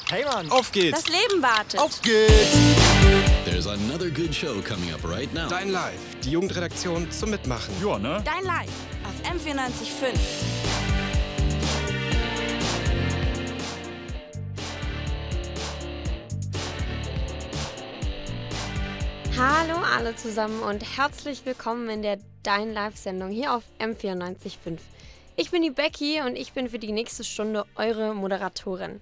Hey Mann, auf geht's! Das Leben wartet. Auf geht's! There's another good show coming up right now. Dein Live, die Jugendredaktion zum Mitmachen. Ja, ne? Dein Live auf M94.5. Hallo alle zusammen und herzlich willkommen in der Dein Live-Sendung hier auf M94.5. Ich bin die Becky und ich bin für die nächste Stunde eure Moderatorin.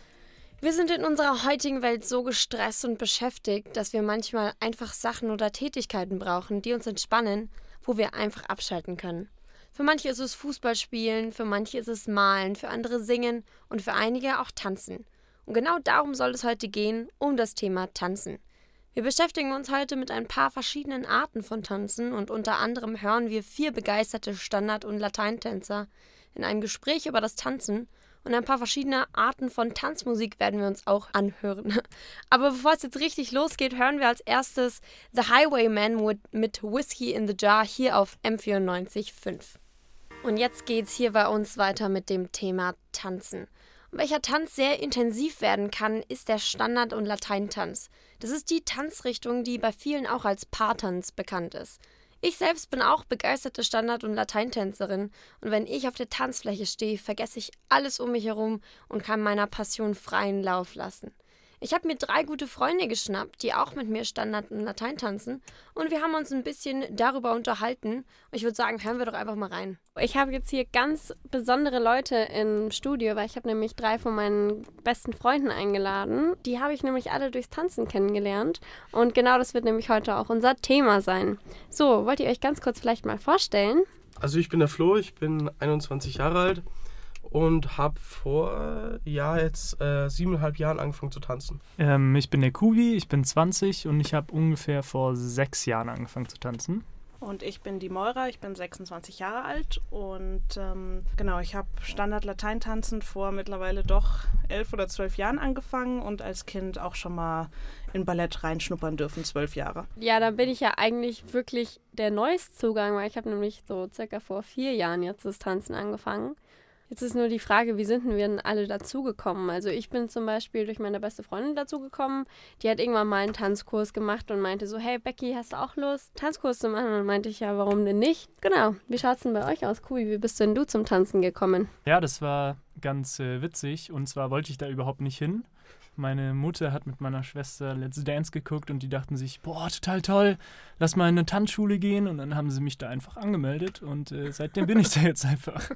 Wir sind in unserer heutigen Welt so gestresst und beschäftigt, dass wir manchmal einfach Sachen oder Tätigkeiten brauchen, die uns entspannen, wo wir einfach abschalten können. Für manche ist es Fußballspielen, für manche ist es Malen, für andere Singen und für einige auch Tanzen. Und genau darum soll es heute gehen, um das Thema Tanzen. Wir beschäftigen uns heute mit ein paar verschiedenen Arten von Tanzen und unter anderem hören wir 4 begeisterte Standard- und Lateintänzer in einem Gespräch über das Tanzen und ein paar verschiedene Arten von Tanzmusik werden wir uns auch anhören. Aber bevor es jetzt richtig losgeht, hören wir als erstes The Highwayman mit Whiskey in the Jar hier auf M94.5. Und jetzt geht's hier bei uns weiter mit dem Thema Tanzen. Welcher Tanz sehr intensiv werden kann, ist der Standard- und Lateintanz. Das ist die Tanzrichtung, die bei vielen auch als Paartanz bekannt ist. Ich selbst bin auch begeisterte Standard- und Lateintänzerin und wenn ich auf der Tanzfläche stehe, vergesse ich alles um mich herum und kann meiner Passion freien Lauf lassen. Ich habe mir 3 gute Freunde geschnappt, die auch mit mir Standard- und Latein tanzen und wir haben uns ein bisschen darüber unterhalten und ich würde sagen, hören wir doch einfach mal rein. Ich habe jetzt hier ganz besondere Leute im Studio, weil ich habe nämlich 3 von meinen besten Freunden eingeladen. Die habe ich nämlich alle durchs Tanzen kennengelernt und genau das wird nämlich heute auch unser Thema sein. So, wollt ihr euch ganz kurz vielleicht mal vorstellen? Also ich bin der Flo, ich bin 21 Jahre alt und habe vor jetzt 7,5 Jahren angefangen zu tanzen. Ich bin der Kubi, ich bin 20 und ich habe ungefähr vor 6 Jahren angefangen zu tanzen. Und ich bin die Moira, ich bin 26 Jahre alt und genau, ich habe Standard-Lateintanzen vor mittlerweile doch 11 oder 12 Jahren angefangen und als Kind auch schon mal in Ballett reinschnuppern dürfen, 12 Jahre. Ja, da bin ich ja eigentlich wirklich der Neuestzugang, weil ich habe nämlich so circa vor 4 Jahren jetzt das Tanzen angefangen. Jetzt ist nur die Frage, wie sind denn wir denn alle dazugekommen? Also ich bin zum Beispiel durch meine beste Freundin dazugekommen. Die hat irgendwann mal einen Tanzkurs gemacht und meinte so, hey Becky, hast du auch Lust, Tanzkurs zu machen? Und dann meinte ich, ja, warum denn nicht? Genau, wie schaut's denn bei euch aus, Kubi? Wie bist denn du zum Tanzen gekommen? Ja, das war ganz witzig und zwar wollte ich da überhaupt nicht hin. Meine Mutter hat mit meiner Schwester Let's Dance geguckt und die dachten sich, boah, total toll, lass mal in eine Tanzschule gehen. Und dann haben sie mich da einfach angemeldet und seitdem bin ich da jetzt einfach.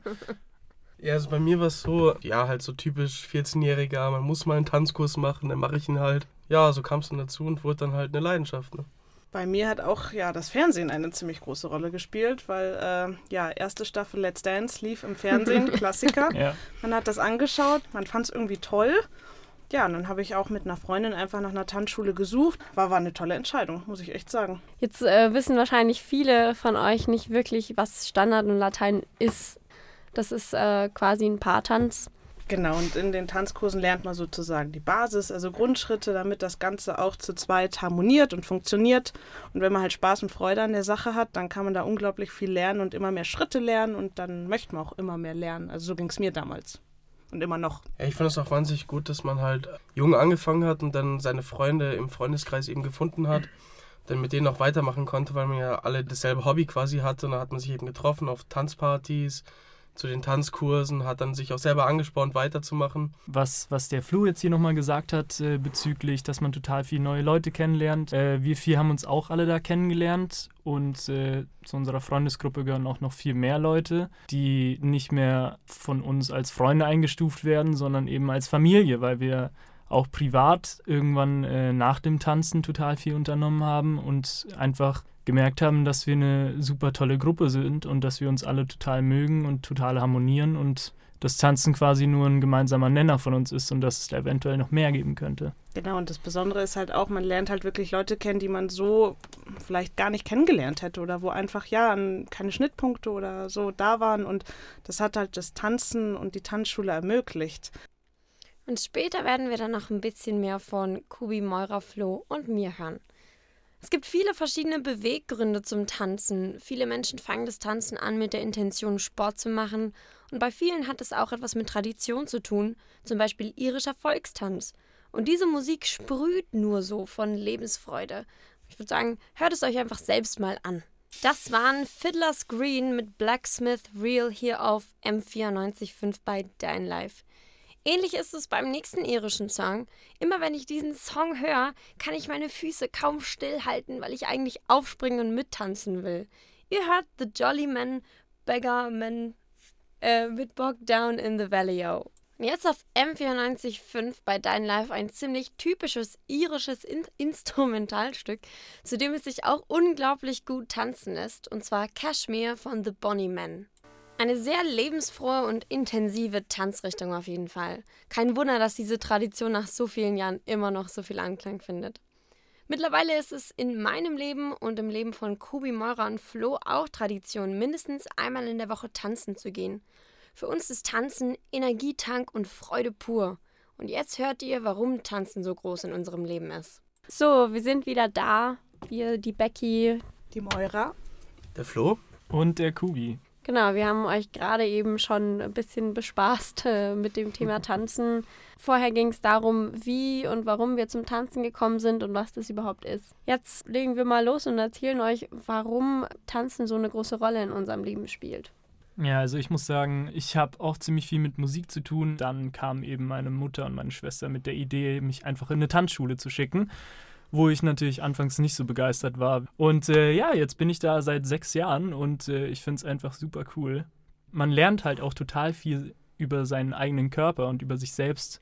Ja, also bei mir war es so, ja, halt so typisch 14-Jähriger, man muss mal einen Tanzkurs machen, dann mache ich ihn halt. Ja, so kam es dann dazu und wurde dann halt eine Leidenschaft, ne? Bei mir hat auch das Fernsehen eine ziemlich große Rolle gespielt, weil erste Staffel Let's Dance lief im Fernsehen, Klassiker. Ja. Man hat das angeschaut, man fand es irgendwie toll. Ja, und dann habe ich auch mit einer Freundin einfach nach einer Tanzschule gesucht. War eine tolle Entscheidung, muss ich echt sagen. Jetzt wissen wahrscheinlich viele von euch nicht wirklich, was Standard und Latein ist. Das ist quasi ein Paartanz. Genau, und in den Tanzkursen lernt man sozusagen die Basis, also Grundschritte, damit das Ganze auch zu zweit harmoniert und funktioniert. Und wenn man halt Spaß und Freude an der Sache hat, dann kann man da unglaublich viel lernen und immer mehr Schritte lernen und dann möchte man auch immer mehr lernen. Also so ging es mir damals und immer noch. Ja, ich finde es auch wahnsinnig gut, dass man halt jung angefangen hat und dann seine Freunde im Freundeskreis eben gefunden hat, dann mit denen auch weitermachen konnte, weil man ja alle dasselbe Hobby quasi hatte und dann hat man sich eben getroffen auf Tanzpartys, zu den Tanzkursen, hat dann sich auch selber angespornt, weiterzumachen. Was der Flo jetzt hier nochmal gesagt hat bezüglich, dass man total viele neue Leute kennenlernt. Wir 4 haben uns auch alle da kennengelernt und zu unserer Freundesgruppe gehören auch noch 4 mehr Leute, die nicht mehr von uns als Freunde eingestuft werden, sondern eben als Familie, weil wir auch privat irgendwann nach dem Tanzen total viel unternommen haben und einfach gemerkt haben, dass wir eine super tolle Gruppe sind und dass wir uns alle total mögen und total harmonieren und das Tanzen quasi nur ein gemeinsamer Nenner von uns ist und dass es da eventuell noch mehr geben könnte. Genau, und das Besondere ist halt auch, man lernt halt wirklich Leute kennen, die man so vielleicht gar nicht kennengelernt hätte oder wo einfach keine Schnittpunkte oder so da waren und das hat halt das Tanzen und die Tanzschule ermöglicht. Und später werden wir dann noch ein bisschen mehr von Kubi, Moira, Flo und mir hören. Es gibt viele verschiedene Beweggründe zum Tanzen. Viele Menschen fangen das Tanzen an mit der Intention, Sport zu machen. Und bei vielen hat es auch etwas mit Tradition zu tun, zum Beispiel irischer Volkstanz. Und diese Musik sprüht nur so von Lebensfreude. Ich würde sagen, hört es euch einfach selbst mal an. Das waren Fiddler's Green mit Blacksmith Real hier auf M94.5 bei Dein Live. Ähnlich ist es beim nächsten irischen Song. Immer wenn ich diesen Song höre, kann ich meine Füße kaum stillhalten, weil ich eigentlich aufspringen und mittanzen will. Ihr hört The Jolly Men, Beggar Men mit Bogged Down in the Valley-O. Jetzt auf M94.5 bei Dein Live ein ziemlich typisches irisches Instrumentalstück, zu dem es sich auch unglaublich gut tanzen lässt, und zwar Kashmir von The Bonny Men. Eine sehr lebensfrohe und intensive Tanzrichtung auf jeden Fall. Kein Wunder, dass diese Tradition nach so vielen Jahren immer noch so viel Anklang findet. Mittlerweile ist es in meinem Leben und im Leben von Kubi Meurer und Flo auch Tradition, mindestens einmal in der Woche tanzen zu gehen. Für uns ist Tanzen Energietank und Freude pur. Und jetzt hört ihr, warum Tanzen so groß in unserem Leben ist. So, wir sind wieder da. Wir, die Becky, Die Meurer. Der Flo? Und der Kubi. Genau, wir haben euch gerade eben schon ein bisschen bespaßt mit dem Thema Tanzen. Vorher ging es darum, wie und warum wir zum Tanzen gekommen sind und was das überhaupt ist. Jetzt legen wir mal los und erzählen euch, warum Tanzen so eine große Rolle in unserem Leben spielt. Ja, also ich muss sagen, ich habe auch ziemlich viel mit Musik zu tun. Dann kam eben meine Mutter und meine Schwester mit der Idee, mich einfach in eine Tanzschule zu schicken, wo ich natürlich anfangs nicht so begeistert war. Und jetzt bin ich da seit 6 Jahren und ich finde es einfach super cool. Man lernt halt auch total viel über seinen eigenen Körper und über sich selbst,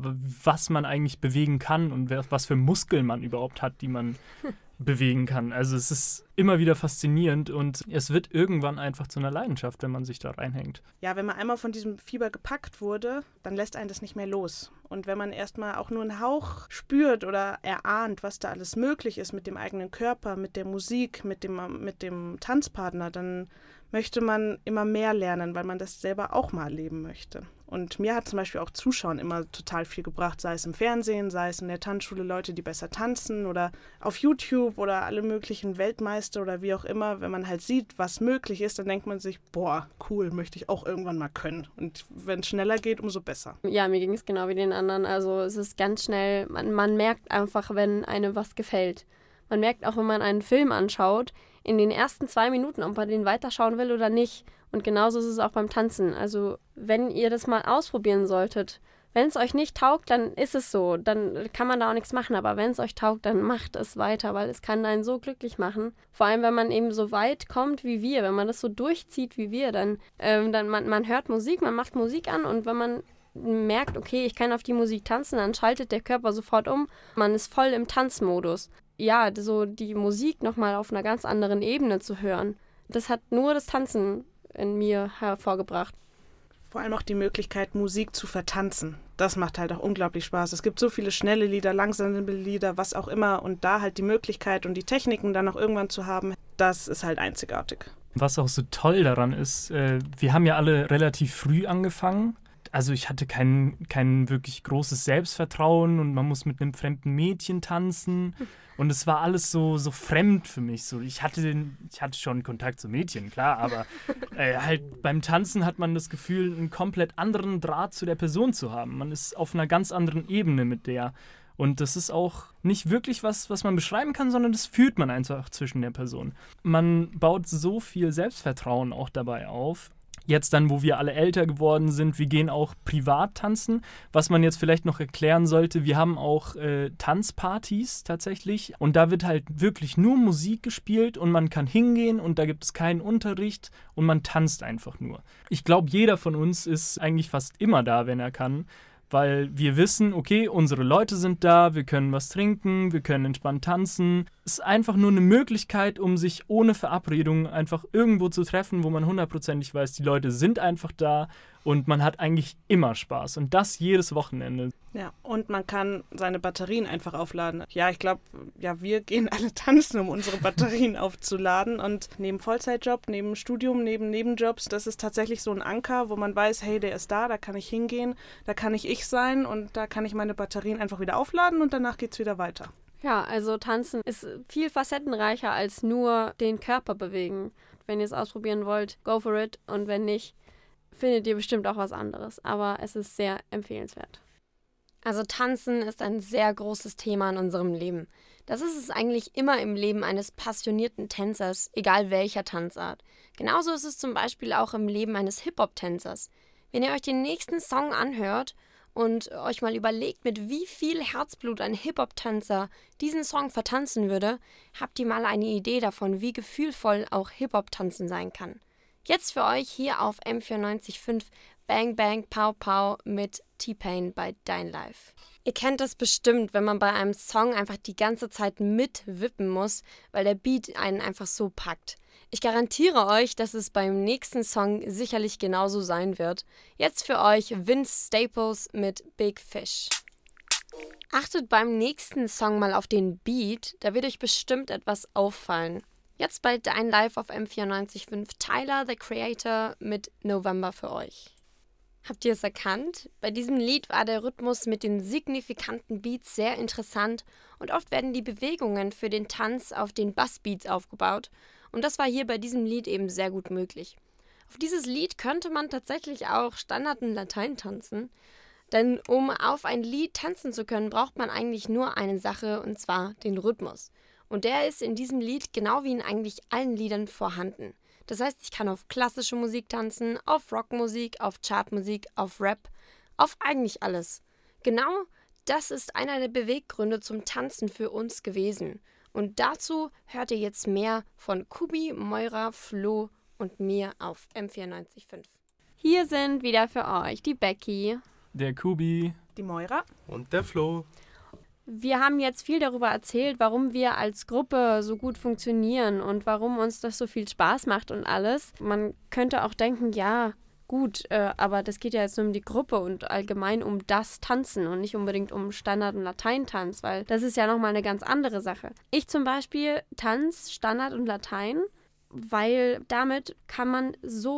was man eigentlich bewegen kann und was für Muskeln man überhaupt hat, die man bewegen kann. Also es ist immer wieder faszinierend und es wird irgendwann einfach zu einer Leidenschaft, wenn man sich da reinhängt. Ja, wenn man einmal von diesem Fieber gepackt wurde, dann lässt einen das nicht mehr los. Und wenn man erstmal auch nur einen Hauch spürt oder erahnt, was da alles möglich ist mit dem eigenen Körper, mit der Musik, mit dem Tanzpartner, dann möchte man immer mehr lernen, weil man das selber auch mal erleben möchte. Und mir hat zum Beispiel auch Zuschauen immer total viel gebracht, sei es im Fernsehen, sei es in der Tanzschule Leute, die besser tanzen oder auf YouTube oder alle möglichen Weltmeister oder wie auch immer. Wenn man halt sieht, was möglich ist, dann denkt man sich, boah, cool, möchte ich auch irgendwann mal können. Und wenn es schneller geht, umso besser. Ja, mir ging es genau wie den anderen. Also es ist ganz schnell, man merkt einfach, wenn einem was gefällt. Man merkt auch, wenn man einen Film anschaut, in den ersten 2 Minuten, ob man den weiterschauen will oder nicht. Und genauso ist es auch beim Tanzen. Also wenn ihr das mal ausprobieren solltet, wenn es euch nicht taugt, dann ist es so. Dann kann man da auch nichts machen. Aber wenn es euch taugt, dann macht es weiter, weil es kann einen so glücklich machen. Vor allem, wenn man eben so weit kommt wie wir, wenn man das so durchzieht wie wir, dann man hört Musik, man macht Musik an und wenn man merkt, okay, ich kann auf die Musik tanzen, dann schaltet der Körper sofort um. Man ist voll im Tanzmodus. Ja, so die Musik nochmal auf einer ganz anderen Ebene zu hören, das hat nur das Tanzen in mir hervorgebracht. Vor allem auch die Möglichkeit, Musik zu vertanzen. Das macht halt auch unglaublich Spaß. Es gibt so viele schnelle Lieder, langsame Lieder, was auch immer. Und da halt die Möglichkeit und die Techniken dann auch irgendwann zu haben, das ist halt einzigartig. Was auch so toll daran ist, wir haben ja alle relativ früh angefangen. Also ich hatte kein wirklich großes Selbstvertrauen und man muss mit einem fremden Mädchen tanzen und es war alles so fremd für mich. So, ich hatte schon Kontakt zu Mädchen, klar, aber halt beim Tanzen hat man das Gefühl, einen komplett anderen Draht zu der Person zu haben. Man ist auf einer ganz anderen Ebene mit der. Und das ist auch nicht wirklich was man beschreiben kann, sondern das fühlt man einfach zwischen der Person. Man baut so viel Selbstvertrauen auch dabei auf. Jetzt dann, wo wir alle älter geworden sind, wir gehen auch privat tanzen. Was man jetzt vielleicht noch erklären sollte, wir haben auch Tanzpartys tatsächlich. Und da wird halt wirklich nur Musik gespielt und man kann hingehen und da gibt es keinen Unterricht und man tanzt einfach nur. Ich glaube, jeder von uns ist eigentlich fast immer da, wenn er kann. Weil wir wissen, okay, unsere Leute sind da, wir können was trinken, wir können entspannt tanzen. Es ist einfach nur eine Möglichkeit, um sich ohne Verabredung einfach irgendwo zu treffen, wo man 100%ig weiß, die Leute sind einfach da und man hat eigentlich immer Spaß. Und das jedes Wochenende. Ja, und man kann seine Batterien einfach aufladen. Ja, ich glaube, wir gehen alle tanzen, um unsere Batterien aufzuladen. Und neben Vollzeitjob, neben Studium, neben Nebenjobs, das ist tatsächlich so ein Anker, wo man weiß, hey, der ist da kann ich hingehen, da kann ich sein und da kann ich meine Batterien einfach wieder aufladen und danach geht's wieder weiter. Ja, also Tanzen ist viel facettenreicher als nur den Körper bewegen. Wenn ihr es ausprobieren wollt, go for it. Und wenn nicht, findet ihr bestimmt auch was anderes. Aber es ist sehr empfehlenswert. Also Tanzen ist ein sehr großes Thema in unserem Leben. Das ist es eigentlich immer im Leben eines passionierten Tänzers, egal welcher Tanzart. Genauso ist es zum Beispiel auch im Leben eines Hip-Hop-Tänzers. Wenn ihr euch den nächsten Song anhört und euch mal überlegt, mit wie viel Herzblut ein Hip-Hop-Tänzer diesen Song vertanzen würde, habt ihr mal eine Idee davon, wie gefühlvoll auch Hip-Hop-Tanzen sein kann. Jetzt für euch hier auf M94.5 Bang Bang Pow Pow mit T-Pain bei Dein Life. Ihr kennt das bestimmt, wenn man bei einem Song einfach die ganze Zeit mitwippen muss, weil der Beat einen einfach so packt. Ich garantiere euch, dass es beim nächsten Song sicherlich genauso sein wird. Jetzt für euch Vince Staples mit Big Fish. Achtet beim nächsten Song mal auf den Beat, da wird euch bestimmt etwas auffallen. Jetzt bei Dein Live auf M94.5 Tyler, the Creator mit November für euch. Habt ihr es erkannt? Bei diesem Lied war der Rhythmus mit den signifikanten Beats sehr interessant und oft werden die Bewegungen für den Tanz auf den Bassbeats aufgebaut und das war hier bei diesem Lied eben sehr gut möglich. Auf dieses Lied könnte man tatsächlich auch Standard und Latein tanzen, denn um auf ein Lied tanzen zu können, braucht man eigentlich nur eine Sache und zwar den Rhythmus. Und der ist in diesem Lied genau wie in eigentlich allen Liedern vorhanden. Das heißt, ich kann auf klassische Musik tanzen, auf Rockmusik, auf Chartmusik, auf Rap, auf eigentlich alles. Genau das ist einer der Beweggründe zum Tanzen für uns gewesen. Und dazu hört ihr jetzt mehr von Kubi, Moira, Flo und mir auf M94.5. Hier sind wieder für euch die Becky, Der Kubi, Die Moira. Und der Flo. Wir haben jetzt viel darüber erzählt, warum wir als Gruppe so gut funktionieren und warum uns das so viel Spaß macht und alles. Man könnte auch denken, ja, gut, aber das geht ja jetzt nur um die Gruppe und allgemein um das Tanzen und nicht unbedingt um Standard- und Lateintanz, weil das ist ja nochmal eine ganz andere Sache. Ich zum Beispiel tanze Standard und Latein, weil damit kann man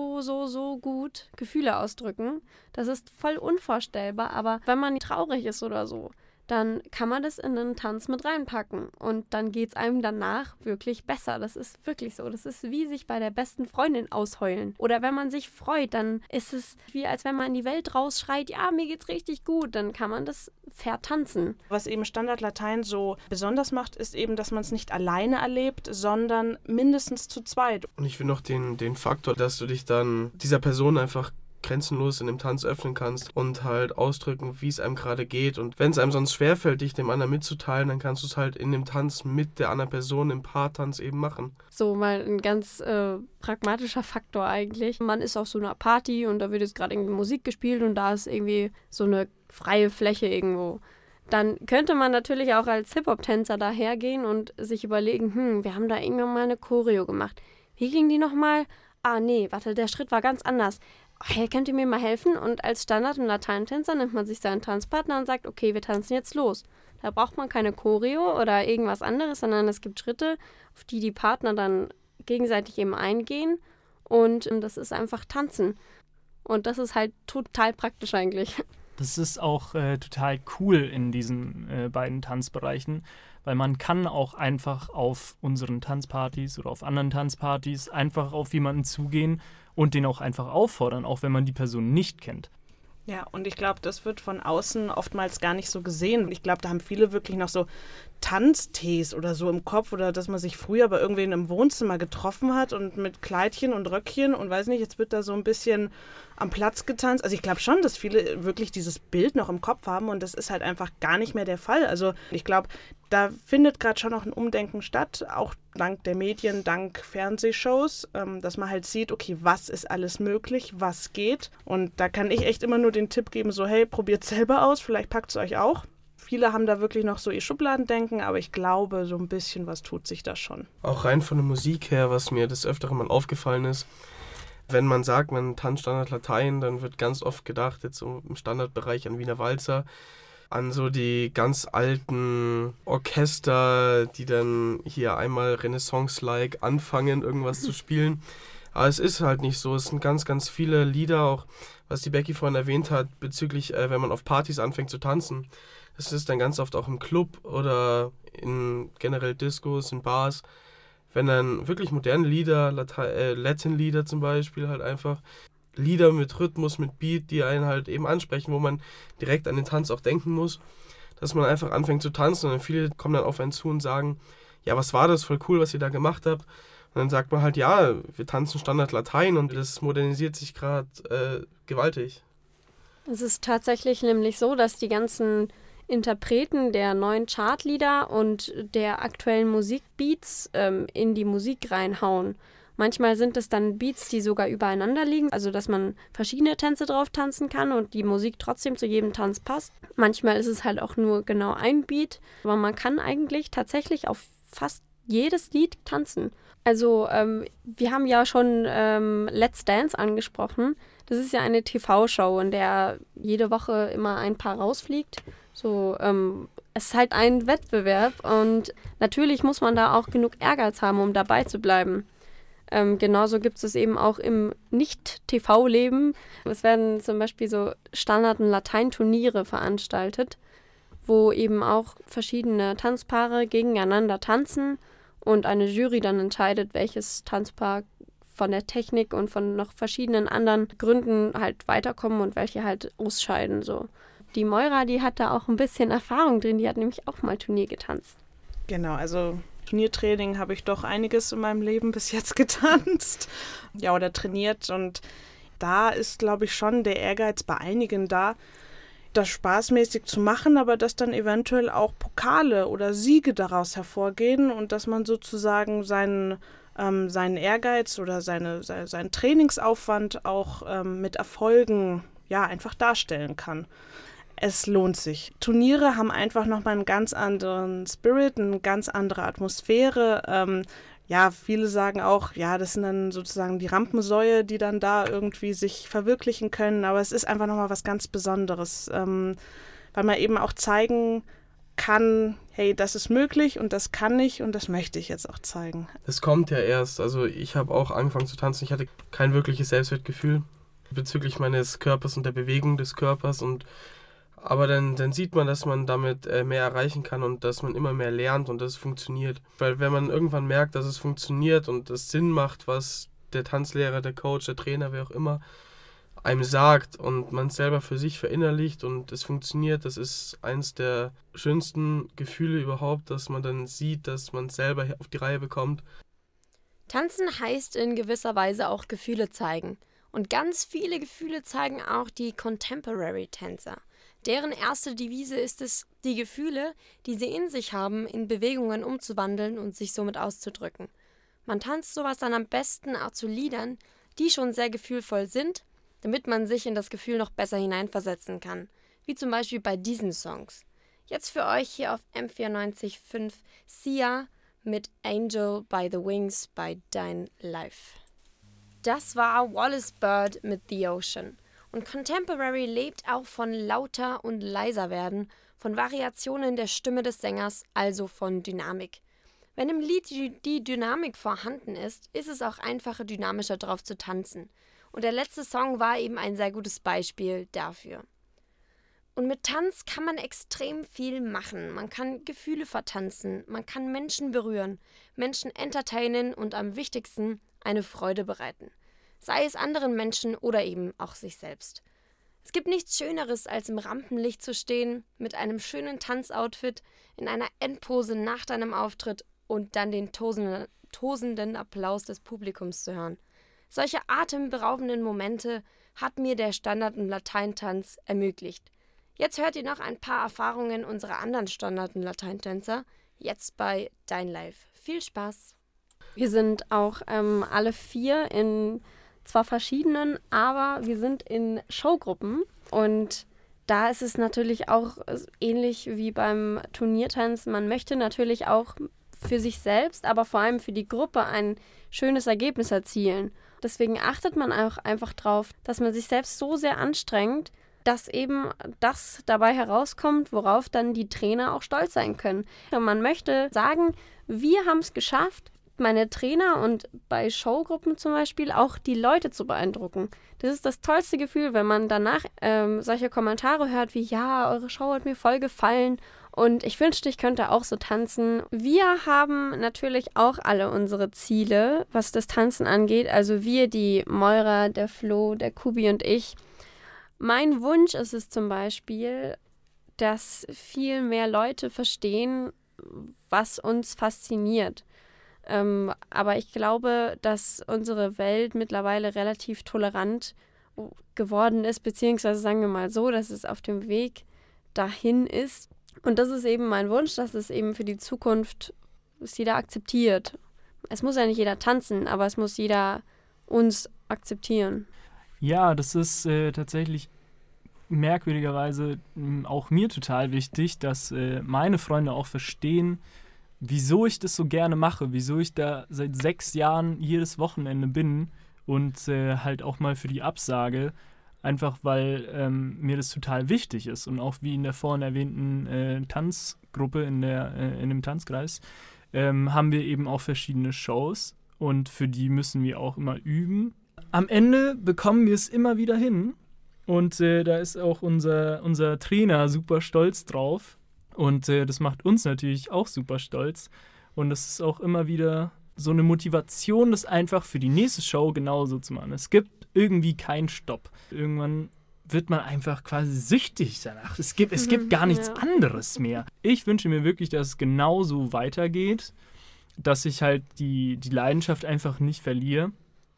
so gut Gefühle ausdrücken. Das ist voll unvorstellbar, aber wenn man traurig ist oder so, dann kann man das in einen Tanz mit reinpacken und dann geht es einem danach wirklich besser. Das ist wirklich so. Das ist wie sich bei der besten Freundin ausheulen. Oder wenn man sich freut, dann ist es wie, als wenn man in die Welt rausschreit, ja, mir geht's richtig gut, dann kann man das vertanzen. Was eben Standard-Latein so besonders macht, ist eben, dass man es nicht alleine erlebt, sondern mindestens zu zweit. Und ich finde noch den Faktor, dass du dich dann dieser Person einfach grenzenlos in dem Tanz öffnen kannst und halt ausdrücken, wie es einem gerade geht. Und wenn es einem sonst schwerfällt, dich dem anderen mitzuteilen, dann kannst du es halt in dem Tanz mit der anderen Person im Paartanz eben machen. So mal ein ganz pragmatischer Faktor eigentlich. Man ist auf so einer Party und da wird jetzt gerade irgendwie Musik gespielt und da ist irgendwie so eine freie Fläche irgendwo. Dann könnte man natürlich auch als Hip-Hop-Tänzer dahergehen und sich überlegen, wir haben da irgendwann mal eine Choreo gemacht. Wie ging die nochmal? Ah nee, warte, der Schritt war ganz anders. Hey, könnt ihr mir mal helfen? Und als Standard- und Lateintänzer nimmt man sich seinen Tanzpartner und sagt, okay, wir tanzen jetzt los. Da braucht man keine Choreo oder irgendwas anderes, sondern es gibt Schritte, auf die die Partner dann gegenseitig eben eingehen und das ist einfach Tanzen. Und das ist halt total praktisch eigentlich. das ist auch total cool in diesen beiden Tanzbereichen, weil man kann auch einfach auf unseren Tanzpartys oder auf anderen Tanzpartys einfach auf jemanden zugehen und den auch einfach auffordern, auch wenn man die Person nicht kennt. Ja, und ich glaube, das wird von außen oftmals gar nicht so gesehen. Ich glaube, da haben viele wirklich noch so Tanztees oder so im Kopf oder dass man sich früher bei irgendwen im Wohnzimmer getroffen hat und mit Kleidchen und Röckchen und weiß nicht, jetzt wird da so ein bisschen am Platz getanzt. Also ich glaube schon, dass viele wirklich dieses Bild noch im Kopf haben und das ist halt einfach gar nicht mehr der Fall. Also ich glaube, da findet gerade schon noch ein Umdenken statt, auch dank der Medien, dank Fernsehshows, dass man halt sieht, okay, was ist alles möglich, was geht. Und da kann ich echt immer nur den Tipp geben, so hey, probiert selber aus, vielleicht packt es euch auch. Viele haben da wirklich noch so ihr Schubladendenken, aber ich glaube, so ein bisschen was tut sich da schon. Auch rein von der Musik her, was mir des Öfteren mal aufgefallen ist, wenn man sagt, man tanzt Standard Latein, dann wird ganz oft gedacht, jetzt so im Standardbereich an Wiener Walzer, an so die ganz alten Orchester, die dann hier einmal Renaissance-like anfangen, irgendwas zu spielen. Aber es ist halt nicht so. Es sind ganz, ganz viele Lieder, auch was die Becky vorhin erwähnt hat, bezüglich, wenn man auf Partys anfängt zu tanzen. Das ist dann ganz oft auch im Club oder in generell Discos, in Bars. Wenn dann wirklich moderne Lieder, Latin-Lieder zum Beispiel, halt einfach Lieder mit Rhythmus, mit Beat, die einen halt eben ansprechen, wo man direkt an den Tanz auch denken muss, dass man einfach anfängt zu tanzen und dann viele kommen dann auf einen zu und sagen, ja, was war das, voll cool, was ihr da gemacht habt. Und dann sagt man halt, ja, wir tanzen Standard Latein und das modernisiert sich gerade gewaltig. Es ist tatsächlich nämlich so, dass die ganzen Interpreten der neuen Chartlieder und der aktuellen Musikbeats in die Musik reinhauen. Manchmal sind es dann Beats, die sogar übereinander liegen, also dass man verschiedene Tänze drauf tanzen kann und die Musik trotzdem zu jedem Tanz passt. Manchmal ist es halt auch nur genau ein Beat, aber man kann eigentlich tatsächlich auf fast jedes Lied tanzen. Also wir haben ja schon Let's Dance angesprochen. Das ist ja eine TV-Show, in der jede Woche immer ein Paar rausfliegt. So, es ist halt ein Wettbewerb und natürlich muss man da auch genug Ehrgeiz haben, um dabei zu bleiben. Genauso gibt es eben auch im Nicht-TV-Leben. Es werden zum Beispiel so Standard- und Lateinturniere veranstaltet, wo eben auch verschiedene Tanzpaare gegeneinander tanzen und eine Jury dann entscheidet, welches Tanzpaar von der Technik und von noch verschiedenen anderen Gründen halt weiterkommen und welche halt ausscheiden. So. Die Moira, die hat da auch ein bisschen Erfahrung drin, die hat nämlich auch mal Turnier getanzt. Genau, also Turniertraining habe ich doch einiges in meinem Leben bis jetzt getanzt. Ja, oder trainiert. Und da ist, glaube ich, schon der Ehrgeiz bei einigen da, das spaßmäßig zu machen, aber dass dann eventuell auch Pokale oder Siege daraus hervorgehen und dass man sozusagen seinen Ehrgeiz oder seinen Trainingsaufwand auch mit Erfolgen ja einfach darstellen kann. Es lohnt sich. Turniere haben einfach nochmal einen ganz anderen Spirit, eine ganz andere Atmosphäre. Viele sagen auch, ja, das sind dann sozusagen die Rampensäue, die dann da irgendwie sich verwirklichen können. Aber es ist einfach nochmal was ganz Besonderes, weil man eben auch zeigen kann, hey, das ist möglich und das kann ich und das möchte ich jetzt auch zeigen. Das kommt ja erst. Also ich habe auch angefangen zu tanzen. Ich hatte kein wirkliches Selbstwertgefühl bezüglich meines Körpers und der Bewegung des Körpers aber dann sieht man, dass man damit mehr erreichen kann und dass man immer mehr lernt und dass es funktioniert. Weil wenn man irgendwann merkt, dass es funktioniert und es Sinn macht, was der Tanzlehrer, der Coach, der Trainer, wer auch immer, einem sagt und man es selber für sich verinnerlicht und es funktioniert, das ist eins der schönsten Gefühle überhaupt, dass man dann sieht, dass man es selber auf die Reihe bekommt. Tanzen heißt in gewisser Weise auch Gefühle zeigen. Und ganz viele Gefühle zeigen auch die Contemporary-Tänzer. Deren erste Devise ist es, die Gefühle, die sie in sich haben, in Bewegungen umzuwandeln und sich somit auszudrücken. Man tanzt sowas dann am besten auch zu Liedern, die schon sehr gefühlvoll sind, damit man sich in das Gefühl noch besser hineinversetzen kann. Wie zum Beispiel bei diesen Songs. Jetzt für euch hier auf M94.5 Sia mit Angel by the Wings bei Dein Life. Das war Wallace Bird mit The Ocean. Und Contemporary lebt auch von lauter und leiser werden, von Variationen der Stimme des Sängers, also von Dynamik. Wenn im Lied die Dynamik vorhanden ist, ist es auch einfacher, dynamischer drauf zu tanzen. Und der letzte Song war eben ein sehr gutes Beispiel dafür. Und mit Tanz kann man extrem viel machen. Man kann Gefühle vertanzen, man kann Menschen berühren, Menschen entertainen und am wichtigsten eine Freude bereiten. Sei es anderen Menschen oder eben auch sich selbst. Es gibt nichts Schöneres, als im Rampenlicht zu stehen, mit einem schönen Tanzoutfit, in einer Endpose nach deinem Auftritt und dann den tosenden Applaus des Publikums zu hören. Solche atemberaubenden Momente hat mir der Standard- und Lateintanz ermöglicht. Jetzt hört ihr noch ein paar Erfahrungen unserer anderen Standard- und Lateintänzer, jetzt bei Dein Life. Viel Spaß! Wir sind auch alle 4 in zwar verschiedenen, aber wir sind in Showgruppen und da ist es natürlich auch ähnlich wie beim Turniertanzen. Man möchte natürlich auch für sich selbst, aber vor allem für die Gruppe ein schönes Ergebnis erzielen. Deswegen achtet man auch einfach drauf, dass man sich selbst so sehr anstrengt, dass eben das dabei herauskommt, worauf dann die Trainer auch stolz sein können. Man möchte sagen, wir haben es geschafft, meine Trainer und bei Showgruppen zum Beispiel auch die Leute zu beeindrucken. Das ist das tollste Gefühl, wenn man danach solche Kommentare hört wie, ja, eure Show hat mir voll gefallen und ich wünschte, ich könnte auch so tanzen. Wir haben natürlich auch alle unsere Ziele, was das Tanzen angeht. Also wir, die Moira, der Flo, der Kubi und ich. Mein Wunsch ist es zum Beispiel, dass viel mehr Leute verstehen, was uns fasziniert. Aber ich glaube, dass unsere Welt mittlerweile relativ tolerant geworden ist, beziehungsweise sagen wir mal so, dass es auf dem Weg dahin ist. Und das ist eben mein Wunsch, dass es eben für die Zukunft jeder akzeptiert. Es muss ja nicht jeder tanzen, aber es muss jeder uns akzeptieren. Ja, das ist tatsächlich merkwürdigerweise auch mir total wichtig, dass meine Freunde auch verstehen, wieso ich das so gerne mache, wieso ich da seit 6 Jahren jedes Wochenende bin und halt auch mal für die absage, einfach weil mir das total wichtig ist. Und auch wie in der vorhin erwähnten Tanzgruppe in dem Tanzkreis haben wir eben auch verschiedene Shows und für die müssen wir auch immer üben. Am Ende bekommen wir es immer wieder hin und da ist auch unser Trainer super stolz drauf. Und das macht uns natürlich auch super stolz. Und das ist auch immer wieder so eine Motivation, das einfach für die nächste Show genauso zu machen. Es gibt irgendwie keinen Stopp. Irgendwann wird man einfach quasi süchtig danach. Es gibt gar nichts anderes mehr. Ich wünsche mir wirklich, dass es genauso weitergeht, dass ich halt die Leidenschaft einfach nicht verliere,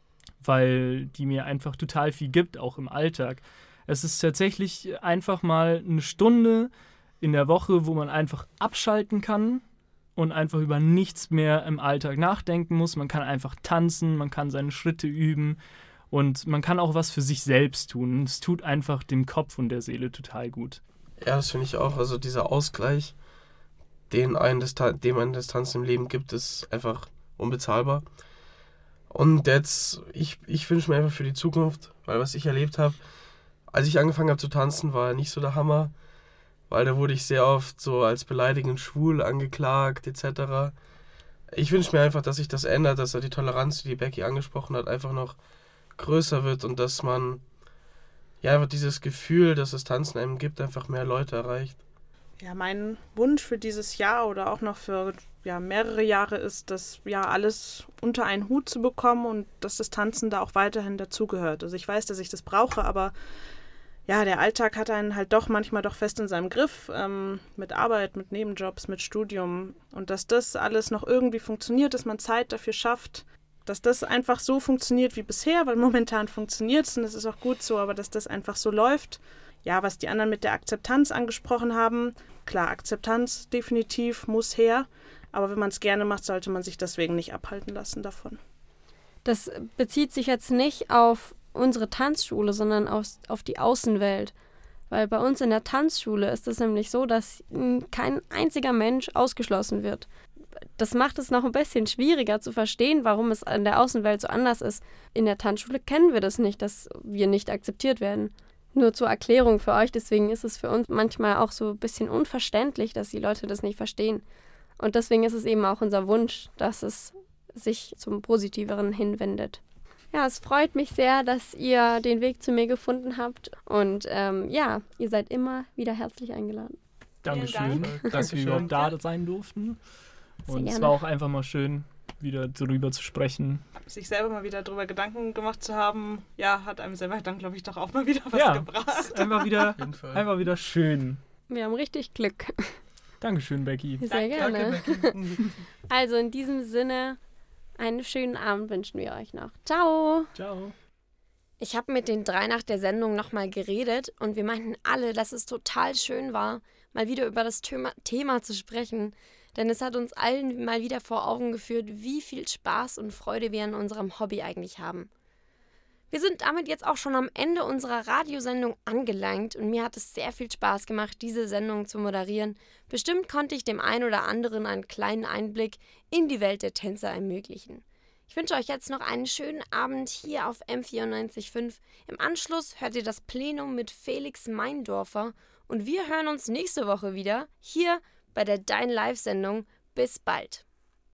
weil die mir einfach total viel gibt, auch im Alltag. Es ist tatsächlich einfach mal eine Stunde in der Woche, wo man einfach abschalten kann und einfach über nichts mehr im Alltag nachdenken muss. Man kann einfach tanzen, man kann seine Schritte üben und man kann auch was für sich selbst tun. Und es tut einfach dem Kopf und der Seele total gut. Ja, das finde ich auch. Also dieser Ausgleich, dem ein das Tanzen im Leben gibt, ist einfach unbezahlbar. Und jetzt, ich wünsche mir einfach für die Zukunft, weil was ich erlebt habe, als ich angefangen habe zu tanzen, war nicht so der Hammer. Weil da wurde ich sehr oft so als beleidigend schwul angeklagt etc. Ich wünsche mir einfach, dass sich das ändert, dass die Toleranz, die Becky angesprochen hat, einfach noch größer wird und dass man einfach dieses Gefühl, dass das Tanzen einem gibt, einfach mehr Leute erreicht. Ja, mein Wunsch für dieses Jahr oder auch noch für mehrere Jahre ist, das alles unter einen Hut zu bekommen und dass das Tanzen da auch weiterhin dazugehört. Also ich weiß, dass ich das brauche, aber der Alltag hat einen halt doch manchmal fest in seinem Griff, mit Arbeit, mit Nebenjobs, mit Studium. Und dass das alles noch irgendwie funktioniert, dass man Zeit dafür schafft, dass das einfach so funktioniert wie bisher, weil momentan funktioniert es und es ist auch gut so, aber dass das einfach so läuft. Ja, was die anderen mit der Akzeptanz angesprochen haben, klar, Akzeptanz definitiv muss her, aber wenn man es gerne macht, sollte man sich deswegen nicht abhalten lassen davon. Das bezieht sich jetzt nicht auf unsere Tanzschule, sondern auf die Außenwelt. Weil bei uns in der Tanzschule ist es nämlich so, dass kein einziger Mensch ausgeschlossen wird. Das macht es noch ein bisschen schwieriger zu verstehen, warum es in der Außenwelt so anders ist. In der Tanzschule kennen wir das nicht, dass wir nicht akzeptiert werden. Nur zur Erklärung für euch, deswegen ist es für uns manchmal auch so ein bisschen unverständlich, dass die Leute das nicht verstehen. Und deswegen ist es eben auch unser Wunsch, dass es sich zum Positiveren hinwendet. Ja, es freut mich sehr, dass ihr den Weg zu mir gefunden habt und ihr seid immer wieder herzlich eingeladen. Dankeschön, dass wir überhaupt da sein durften. Sehr und gerne. Es war auch einfach mal schön, wieder darüber zu sprechen. Sich selber mal wieder darüber Gedanken gemacht zu haben, hat einem selber dann, glaube ich, doch auch mal wieder was gebracht. Ist einfach wieder schön. Wir haben richtig Glück. Dankeschön, Becky. Sehr gerne. Danke, Becky. Also in diesem Sinne, einen schönen Abend wünschen wir euch noch. Ciao. Ciao. Ich habe mit den 3 nach der Sendung nochmal geredet und wir meinten alle, dass es total schön war, mal wieder über das Thema zu sprechen. Denn es hat uns allen mal wieder vor Augen geführt, wie viel Spaß und Freude wir an unserem Hobby eigentlich haben. Wir sind damit jetzt auch schon am Ende unserer Radiosendung angelangt und mir hat es sehr viel Spaß gemacht, diese Sendung zu moderieren. Bestimmt konnte ich dem einen oder anderen einen kleinen Einblick in die Welt der Tänzer ermöglichen. Ich wünsche euch jetzt noch einen schönen Abend hier auf M94.5. Im Anschluss hört ihr das Plenum mit Felix Meindorfer und wir hören uns nächste Woche wieder hier bei der Dein Live-Sendung. Bis bald.